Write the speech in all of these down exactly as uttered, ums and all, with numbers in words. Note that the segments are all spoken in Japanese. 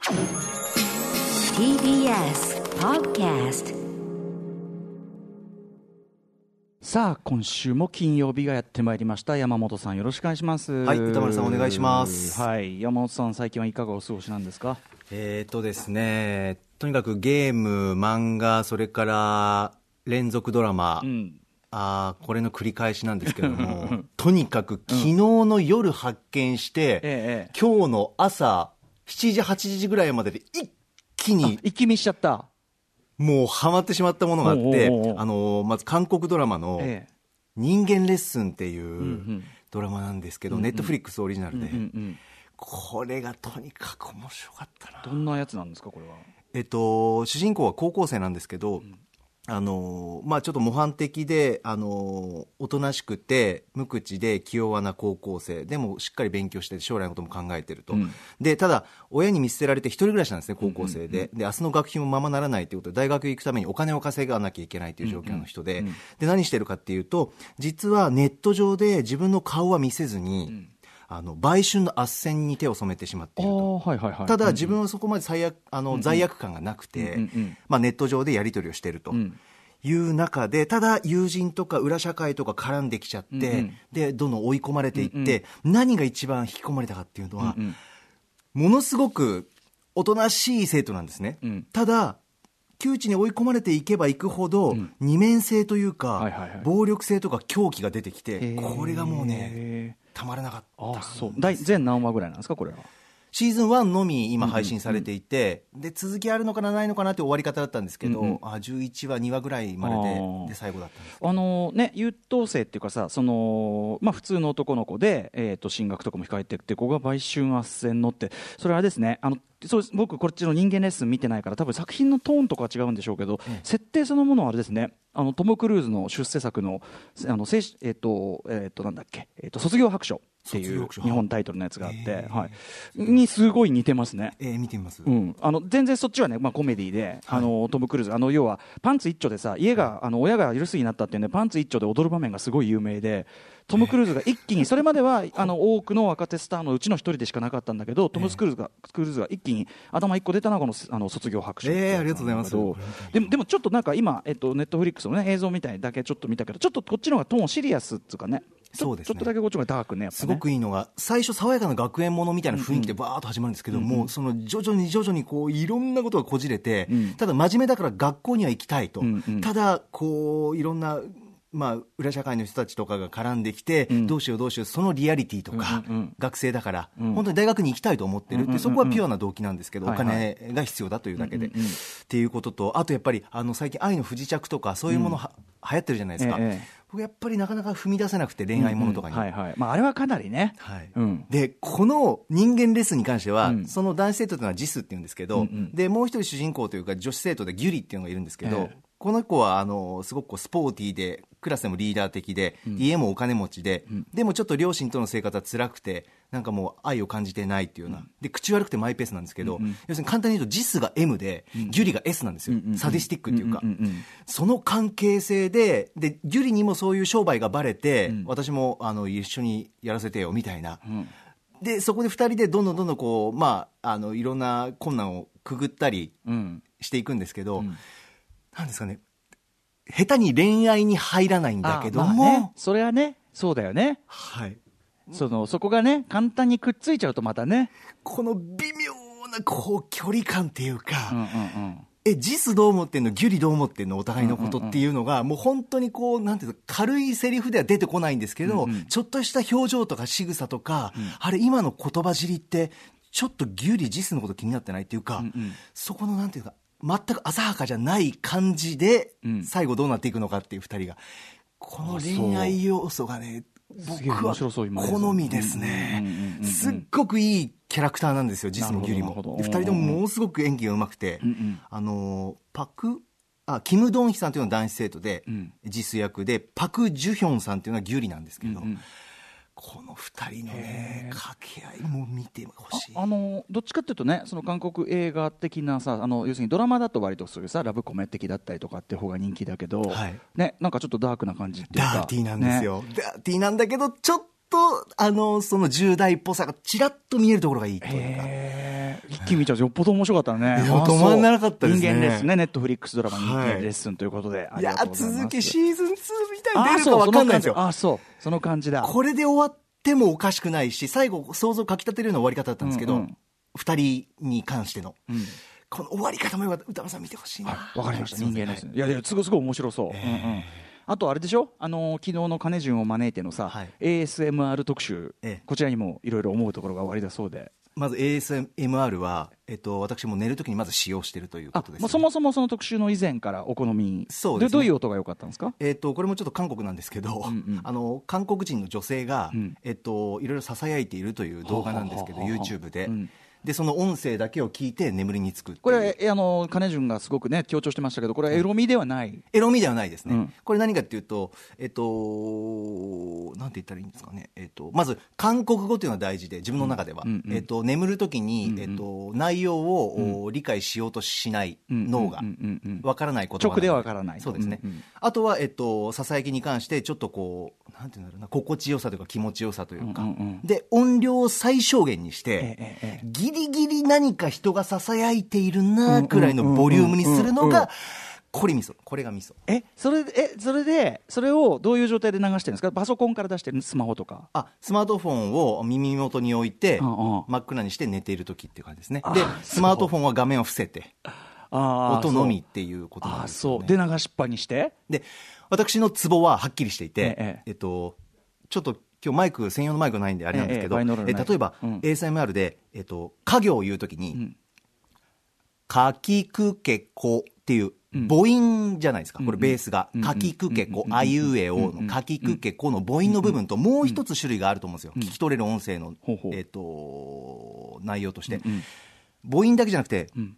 ティービーエス Podcast。 さあ今週も金曜日がやってまいりました。山本さんよろしくお願いします。 はい、歌丸さんお願いします。 はい、山本さん最近はいかがお過ごしなんですか？ えーとですねとにかくゲーム、漫画、それから連続ドラマ、うん、あこれの繰り返しなんですけどもとにかく昨日の夜発見して、うんええ、今日の朝しちじはちじぐらいまでで一気に一気見しちゃった。 もうハマってしまったものがあって、おうおうおう、あのまず韓国ドラマの人間レッスンっていうドラマなんですけど、ネットフリックスオリジナルで、うんうん、これがとにかく面白かったな。 どんなやつなんですかこれは？ えっと、主人公は高校生なんですけど、うんあのまあ、ちょっと模範的で、あのおとなしくて無口で気弱な高校生でもしっかり勉強して将来のことも考えてると、うん、でただ親に見捨てられて一人暮らしなんですね高校生で、うんうんうん、で明日の学費もままならないということで大学行くためにお金を稼がなきゃいけないという状況の人で、うんうん、で何してるかっていうと実はネット上で自分の顔は見せずに、うんあの売春の斡旋に手を染めてしまっていると、はいはいはい、ただ自分はそこまで最悪あの、うんうん、罪悪感がなくて、うんうんまあ、ネット上でやり取りをしているという中で、ただ友人とか裏社会とか絡んできちゃって、うんうん、でどんどん追い込まれていって、うんうん、何が一番引き込まれたかっていうのは、うんうん、ものすごくおとなしい生徒なんですね、うん、ただ窮地に追い込まれていけばいくほど、うん、二面性というか、はいはいはい、暴力性とか狂気が出てきて、これがもうねたまらなかった。 あそう第全何話ぐらいなんですかこれは？ シーズンワンのみ今配信されていて、うんうんうん、で続きあるのかなないのかなって終わり方だったんですけど、うんうん、あじゅういちわにわぐらいまで で, で最後だったんです。 あのね優等生っていうかさその、まあ、普通の男の子で、えー、と進学とかも控えてって子が売春斡旋のってそれはですねあのそう僕こっちの人間レッスン見てないから多分作品のトーンとかは違うんでしょうけど、うん、設定そのものはあれですねあのトム・クルーズの出世作のあの、えーとえー、となんだっけ、えー、と卒業白書っていう日本タイトルのやつがあって、はい、にすごい似てますね。 えー、見てみます、 うん、あの全然そっちはね、まあ、コメディで、はい、あのトム・クルーズあの要はパンツ一丁でさ家があの親が留守になったっていうんでパンツ一丁で踊る場面がすごい有名でトム・クルーズが一気にそれまではあの多くの若手スターのうちの一人でしかなかったんだけどトム・クルーズが、クルーズが一気に頭一個出たのがこのあの卒業白書。 えー、ありがとうございます。 でもでもちょっとなんか今、えっと、ネットフリックスの、ね、映像みたいだけちょっと見たけどちょっとこっちの方がトーンシリアスっていうかねそうですね、 ちょっとだけこっちがダークねやっぱねすごくいいのが最初爽やかな学園ものみたいな雰囲気でバーッと始まるんですけど、うんうん、もうその徐々に徐々にこういろんなことがこじれて、うん、ただ真面目だから学校には行きたいと、うんうん、ただこういろんなまあ、裏社会の人たちとかが絡んできて、うん、どうしようどうしようそのリアリティとか、うんうん、学生だから、うん、本当に大学に行きたいと思ってるって、うんうんうん、そこはピュアな動機なんですけど、うんうん、お金が必要だというだけで、はいはい、っていうこととあとやっぱりあの最近愛の不時着とかそういうものは、うん、流行ってるじゃないですか、ええ、僕やっぱりなかなか踏み出せなくて恋愛ものとかに、 うんうんはいはいまあ、あれはかなりね、 はいうん、でこの人間レッスンに関しては、うん、その男子生徒というのはジスっていうんですけど、うんうん、でもう一人主人公というか女子生徒でギュリっていうのがいるんですけど、ええこの子はあのすごくこうスポーティーでクラスでもリーダー的で、うん、家もお金持ちで、うん、でもちょっと両親との生活は辛くてなんかもう愛を感じてないっていうような、うん、で口悪くてマイペースなんですけど、うんうん、要するに簡単に言うとジスが エム で、うん、ギュリが エス なんですよ、うんうん、サディスティックっていうか、うんうんうん、その関係性で、でギュリにもそういう商売がバレて、うん、私もあの一緒にやらせてよみたいな、うんでそこでふたりでどんどんどんどんこう、まあ、あのいろんな困難をくぐったりしていくんですけど、うん、なんですかね下手に恋愛に入らないんだけども、 まあね、それはねそうだよね、 はい、 そのそこがね簡単にくっついちゃうとまたねこの微妙なこう距離感っていうか、うんうんうんえジスどう思ってんのギュリどう思ってんのお互いのことっていうのが、うんうんうん、もう本当にこうなんていうか軽いセリフでは出てこないんですけど、うんうん、ちょっとした表情とか仕草とか、うん、あれ今の言葉尻ってちょっとギュリジスのこと気になってないっていうか、うんうん、そこのなんていうか全く浅はかじゃない感じで、うん、最後どうなっていくのかっていうふたりがこの恋愛要素がね僕は好みですね。すっごくいいキャラクターなんですよジスもギュリも。ふたりともものすごく演技がうまくて、うんうん、あのパクあキム・ドンヒさんというのは男子生徒で、うん、ジス役でパク・ジュヒョンさんというのはギュリなんですけど、うんうん、このふたりのね掛け合いも見てほしい。 ああのどっちかっていうとねその韓国映画的なさあの要するにドラマだと割とそういうさラブコメ的だったりとかって方が人気だけど、はいね、なんかちょっとダークな感じっていうかダーティーなんですよ、ね、ダーティーなんだけどちょっとあのそのじゅう代っぽさがちらっと見えるところがいいというか。 へー、一気に見ちゃうとよっぽど面白かったね。 いや止まんなかったですね。 人間レッスンね、ネットフリックスドラマ人間レッスンということで、はい、 いや続きシーズンツーみたいにあ出るか分かんないんですよ。 あ、そう、その感じだ。 これで終わってもおかしくないし、最後想像かき立てるような終わり方だったんですけど、うんうん、ふたりに関しての、うん、この終わり方もよかった。歌丸さん見てほしいな。 わかりました。人間レッスン、いやいやすごいすごい面白そう、えーうんうん、あとあれでしょ、あのー、昨日の金潤を招いてのさ、はい、エーエスエムアール 特集、ええ、こちらにもいろいろ思うところがおありだそうで。 まず エーエスエムアール は、えっと、私も寝るときにまず使用しているということです、ね。 あ、まあ、そもそもその特集の以前からお好み。 そうですね。 でどういう音が良かったんですか。 えっと、これもちょっと韓国なんですけど、うんうん、あの韓国人の女性が、うん、えっと、いろいろささやいているという動画なんですけど、YouTube で。うん、でその音声だけを聞いて眠りにつくっていう。 これあの金潤がすごくね強調してましたけど、これはエロミではない、うん、 エロミではないですね、うん、これ何かっていうと、えっとなんて言ったらいいんですかね、えっと、まず韓国語というのは大事で、自分の中では、うんうん、えっと、眠るときに、うんうん、えっと、内容を、うん、理解しようとしない脳がわからないこと直ではわからない。 そうですね、 うんうん、 あとは、えっと、ささやきに関してちょっとこうなんていうんだろうな、心地よさというか気持ちよさというか、うんうんうん、で音量を最小限にして、ええええ、ギリギリ何か人がささやいているなくらいのボリュームにするのがこれミソ、これがミソ。 えそれえそれでそれをどういう状態で流してるんですか。パソコンから出してる、スマホとか。 あ、スマートフォンを耳元に置いて、うんうん、真っ暗にして寝ている時っていう感じですね。でスマートフォンは画面を伏せて音のみっていうことなんですよね。 あ、そうで流しっぱにして、 で私のツボははっきりしていて、えええっと、ちょっと今日マイク専用のマイクないんであれなんですけど、ええええ、例えば、うん、エーエスエムアール で、えっと、家行を言うときに、うん、かきくけこっていう母音じゃないですか、うん、これベースが、うん、かきくけこ、あいうえおのかきくけこの母音の部分ともう一つ種類があると思うんですよ、うん、聞き取れる音声の、うん、えっと、内容として、うん、母音だけじゃなくて、うん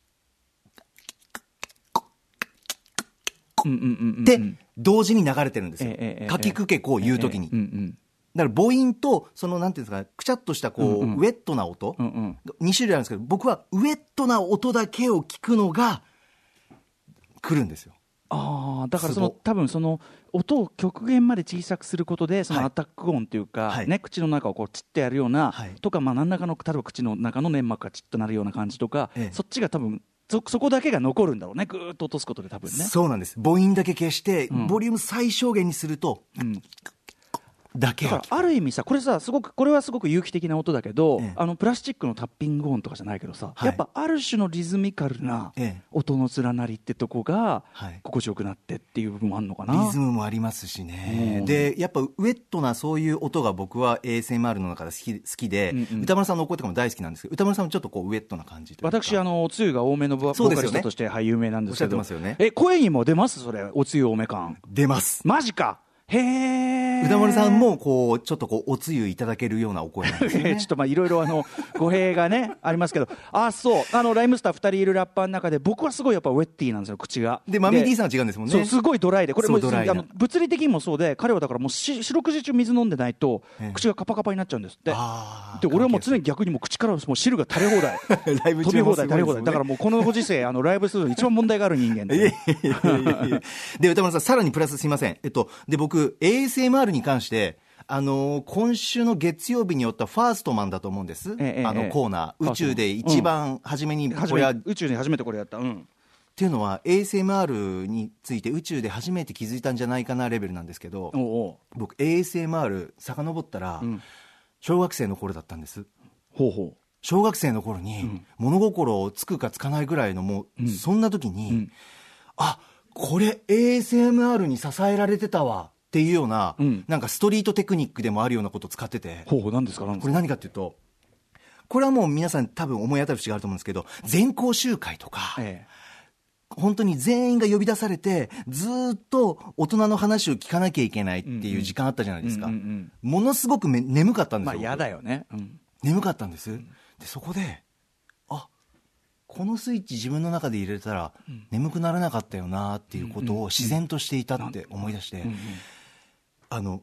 で同時に流れてるんですよ、ええ、かきくけこを言うときに、ええうんうん、だから母音とそのなんていうんですか、くちゃっとしたこう、うんうん、ウェットな音、うんうん、に種類あるんですけど、僕はウェットな音だけを聞くのが来るんですよ。 あ、だからその多分その音を極限まで小さくすることで、そのアタック音というか、はいね、口の中をこうチッとやるような、はい、とか、まあ、何らかの例えば口の中の粘膜がチッとなるような感じとか、ええ、そっちが多分そ, そこだけが残るんだろうね、ぐーっと落とすことで多分ね。 そうなんです。母音だけ消して、うん、ボリューム最小限にすると、うん、だけだからある意味さ、これさすごくこれはすごく有機的な音だけど、ええ、あのプラスチックのタッピング音とかじゃないけどさ、はい、やっぱある種のリズミカルな音の連なりってとこが心地よくなってっていう部分もあるのかな、 はい、リズムもありますしね、うん、でやっぱウェットなそういう音が僕は エーエスエムアール の中で好き、好きで、うんうん、歌丸さんのお声とかも大好きなんですけど、歌丸さんもちょっとこうウェットな感じというか。 私あのおつゆが多めのボーカリストとして、はい、有名なんですけど、 おっしゃってますよね。 え声にも出ますそれ、おつゆ多め感出ます。 マジか。へー、 歌丸さんもこうちょっとこうおつゆいただけるようなお声なんですよね。 ちょっとまあいろいろあの語弊がねありますけど、あ、そう、あのライムスターふたりいるラッパーの中で僕はすごいやっぱウェッティなんですよ、口が。 でマミー D さんは違うんですもんね。 そうすごいドライで、これもあの物理的にもそうで、彼はだからもうし四六時中水飲んでないと口がカパカパになっちゃうんですって。で俺はもう常に逆にもう口からもう汁が垂れ放題ライブ飛び放題垂れ放題だから、もうこのご時世あのライブするの一番問題がある人間でで歌丸さんさらにプラスすいません、えっとで僕 エーエスエムアール に関して、あのー、今週の月曜日によったファーストマンだと思うんです、ええ、あのコーナー、宇宙で一番初めにこれは、 うん、宇宙で初めてこれやった、うん、 っていうのは エーエスエムアール について宇宙で初めて気づいたんじゃないかなレベルなんですけど、おうおう僕 エーエスエムアール 遡ったら、うん、小学生の頃だったんです。 ほうほう。 小学生の頃に、うん、物心つくかつかないぐらいのもう、うん、そんな時に、うん、あ、これ エーエスエムアール に支えられてたわっていうような、うん、なんかストリートテクニックでもあるようなことを使ってて。 ほうほう、何ですか、何ですか。 これ何かっていうと、これはもう皆さん多分思い当たる節があると思うんですけど、全校集会とか、ええ、本当に全員が呼び出されてずっと大人の話を聞かなきゃいけないっていう時間あったじゃないですか、うんうんうんうん、ものすごくめ眠かったんですよ。 まあ嫌だよね、うん、 眠かったんです、うん、でそこであ、このスイッチ自分の中で入れたら、うん、眠くならなかったよなっていうことを自然としていたって思い出して、うんうんうん、あの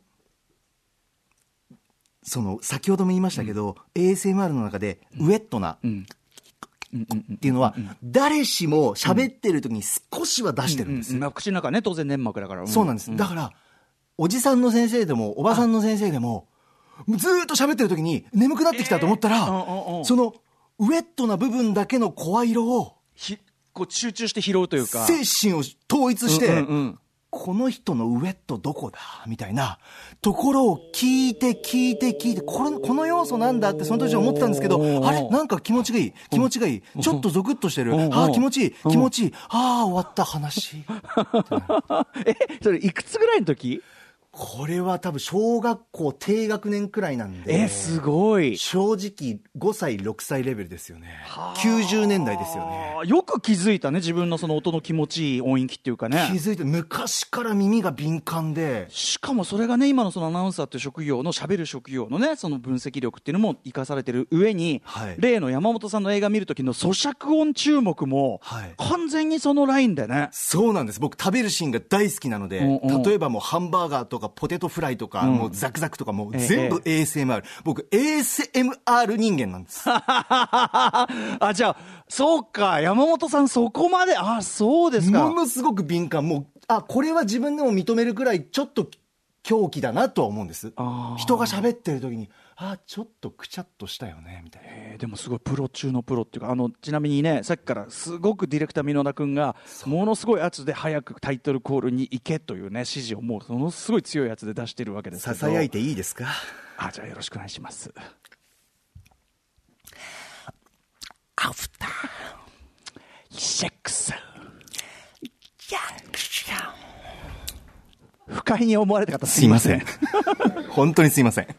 その先ほども言いましたけど、うん、エーエスエムアール の中でウェットな、うんっていうのは、うんうん、誰しも喋ってる時に少しは出してるんです、 うんうんうん、口の中ね、当然粘膜だから、うん、 そうなんです、だからおじさんの先生でもおばさんの先生でもずーっと喋ってる時に眠くなってきたと思ったら、えーうんうんうん、そのウェットな部分だけの声色をひこう集中して拾うというか、 精神を統一して、うんうんうん、この人のウェットどこだみたいなところを聞いて聞いて聞いて、これこの要素なんだってその時は思ってたんですけど、あれなんか気持ちがいい気持ちがいい、ちょっとゾクッとしてる、ああ気持ちいい気持ちいい、ああ終わった話えそれいくつぐらいの時？ これは多分小学校低学年くらいなんで、 えすごい、 正直ごさいろくさいレベルですよね。きゅうじゅうねんだいですよね。 よく気づいたね、自分のその音の気持ちいい音域っていうかね。 気づいて、昔から耳が敏感で、 しかもそれがね今のそのアナウンサーっていう職業の喋る職業のねその分析力っていうのも生かされてる上に、はい、例の山本さんの映画見る時の咀嚼音注目も、はい、完全にそのラインでね。 そうなんです。僕食べるシーンが大好きなので、うんうん、例えばもうハンバーガーとかポテトフライとか、うん、もうザクザクとかもう全部 エーエスエムアール、ええ、僕 エーエスエムアール 人間なんですあじゃあそうか、山本さんそこまで、あそうですか、 ものすごく敏感、もうあこれは自分でも認めるくらいちょっと狂気だなとは思うんです。人が喋ってる時にあちょっとくちゃっとしたよねみたいな。 えー、でもすごいプロ中のプロっていうか、あのちなみにねさっきからすごくディレクター箕田君がものすごい圧で早くタイトルコールに行けというね指示をもうものすごい強いやつで出してるわけですけど、 ささやいていいですか？ あじゃあよろしくお願いします。 アフターセックスジャンクション、不快に思われた方すいません本当にすいません。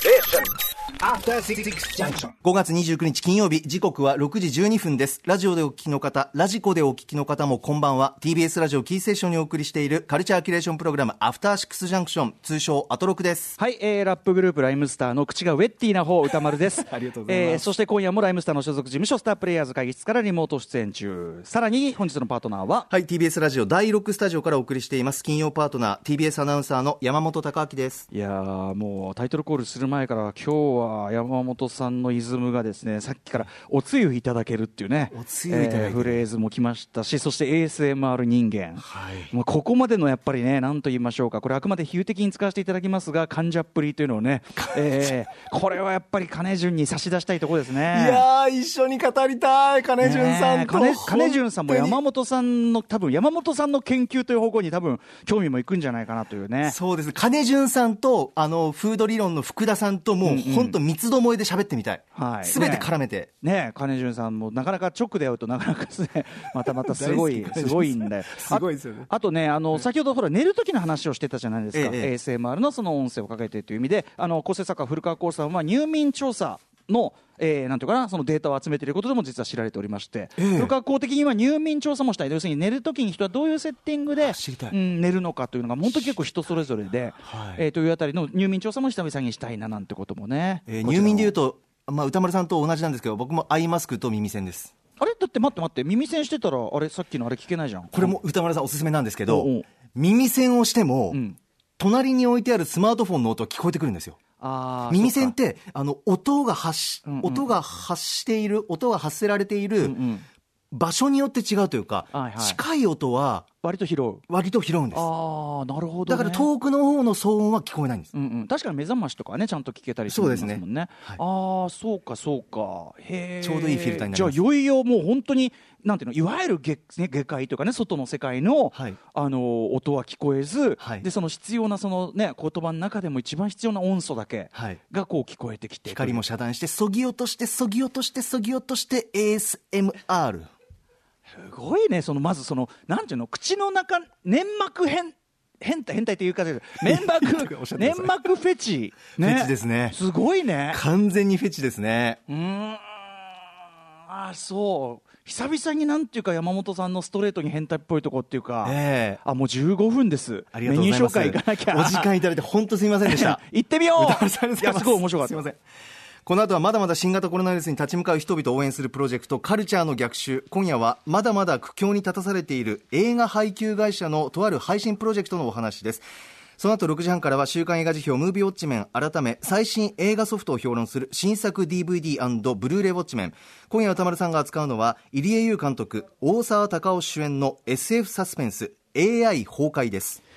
ごがつにじゅうくにち金曜日、時刻はろくじじゅうにふんです。ラジオでお聞きの方、ラジコでお聞きの方もこんばんは。 ティービーエス ラジオキーステーションにお送りしているカルチャーキュレーションプログラムアフターシックスジャンクション、通称アトロクです。 はい、えー、ラップグループライムスターの口がウェッティな方歌丸ですありがとうございます、 えー、そして今夜もライムスターの所属事務所スタープレイヤーズ会議室からリモート出演中。さらに本日のパートナーは、 はい、 ティービーエス ラジオだいろくスタジオからお送りしています金曜パートナー ティービーエス アナウンサーの山本貴明です。 いやーもうタイトルコールする前から今日は山本さんのイズムがですね、さっきからおつゆいただけるっていうね、 おつゆいただける、 えー、フレーズも来ましたし、そして エーエスエムアール 人間、 はい、 もうここまでのやっぱりね、何と言いましょうか、これあくまで比喩的に使わせていただきますが、患者っぷりというのをね、えー、これはやっぱり金潤に差し出したいところですね。 いやー一緒に語りたい金潤さんと、 ね、金潤さんも山本さんの多分山本さんの研究という方向に多分興味もいくんじゃないかなというね。 そうですね、金潤さんとあのフード理論の福田さんともう本当三つどもえで喋ってみたい、はい、全て絡めてね、 ね、金潤さんもなかなか直で会うとなかなかですねまたまたすごいすごいんですごいですよね。 あ, あとねあの先ほどほら寝る時の話をしてたじゃないですか、ええ、エーエスエムアール のその音声をかけてという意味で、あの構成作家古川光さんは入眠調査の、えー、なんていうかな、そのデータを集めていることでも実は知られておりまして、ええ、古川光的には入眠調査もしたい、要するに寝るときに人はどういうセッティングで、うん、寝るのかというのが本当に結構人それぞれで、はい、えー、というあたりの入眠調査も久々にしたいななんてこともね、 えー、入眠でいうと、まあ、歌丸さんと同じなんですけど、僕もアイマスクと耳栓です。 あれだって待って待って、耳栓してたらあれさっきのあれ聞けないじゃん。 これも歌丸さんおすすめなんですけど、うん、耳栓をしても、うん、隣に置いてあるスマートフォンの音が聞こえてくるんですよ。あ耳栓ってあの音が発し、うんうん、音が発している音が発せられている、うんうん、場所によって違うというか、はいはい、近い音は割と拾う割と拾うんです。 ああなるほど、ね、 だから遠くの方の騒音は聞こえないんです、 うんうん、確かに目覚ましとかねちゃんと聞けたりするんですもんね。そうですね、はい、ああそうかそうか、へえ、ちょうどいいフィルターになります。じゃあいよいよもう本当になんていうの、いわゆる 下,、ね、下界というかね、外の世界の、はい、あの音は聞こえず、はい、でその必要なその、ね、言葉の中でも一番必要な音素だけがこう聞こえてきて、 光も遮断してそぎ落としてそぎ落としてそぎ落として エーエスエムアール、 すごいね。そのまずそのなんていうの、口の中粘膜変変態変態というか粘膜粘膜フェチ、 ね、フェチですね。 すごいね、 完全にフェチですね。 うーん、あそう久々になんていうか山本さんのストレートに変態っぽいとこっていうか、えー、あもうじゅうごふんです。 ありがとうございます。 メニュー紹介行かなきゃ。 お時間いただいて本当すみませんでした行ってみよう。 いやすごい面白かった。すみません。 この後はまだまだ新型コロナウイルスに立ち向かう人々を応援するプロジェクトカルチャーの逆襲。今夜はまだまだ苦境に立たされている映画配給会社のとある配信プロジェクトのお話です。その後ろくじはんからは週刊映画辞表ムービーウォッチメン改め最新映画ソフトを評論する新作 ディーブイディー& ブルーレイウォッチメン。今夜歌丸さんが扱うのは入江優監督大沢たかお主演の エスエフ サスペンス エーアイ 崩壊です。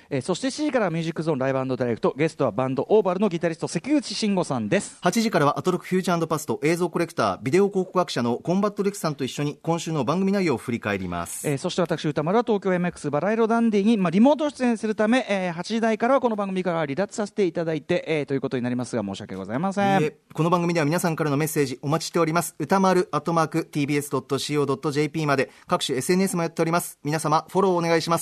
えー、そしてしちじからはミュージックゾーンライブ&ダイレクト、ゲストはバンドオーバルのギタリスト関口慎吾さんです。 はちじからはアトロックフューチャー&パスト映像コレクタービデオ広告学者のコンバットレクさんと一緒に今週の番組内容を振り返ります。 えー、そして私歌丸は東京 エムエックス バラ色ダンディに、まあ、リモート出演するため、えー、はちじ台からはこの番組から離脱させていただいて、えー、ということになりますが申し訳ございません。 えー、この番組では皆さんからのメッセージお待ちしております。歌丸アットマーク ティービーエスドットシーオードットジェーピー まで各種 エスエヌエス もやっております。皆様フォローお願いします。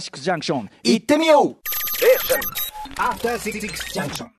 それではアフターシックスジャンクション行ってみよう。 After Six Junction.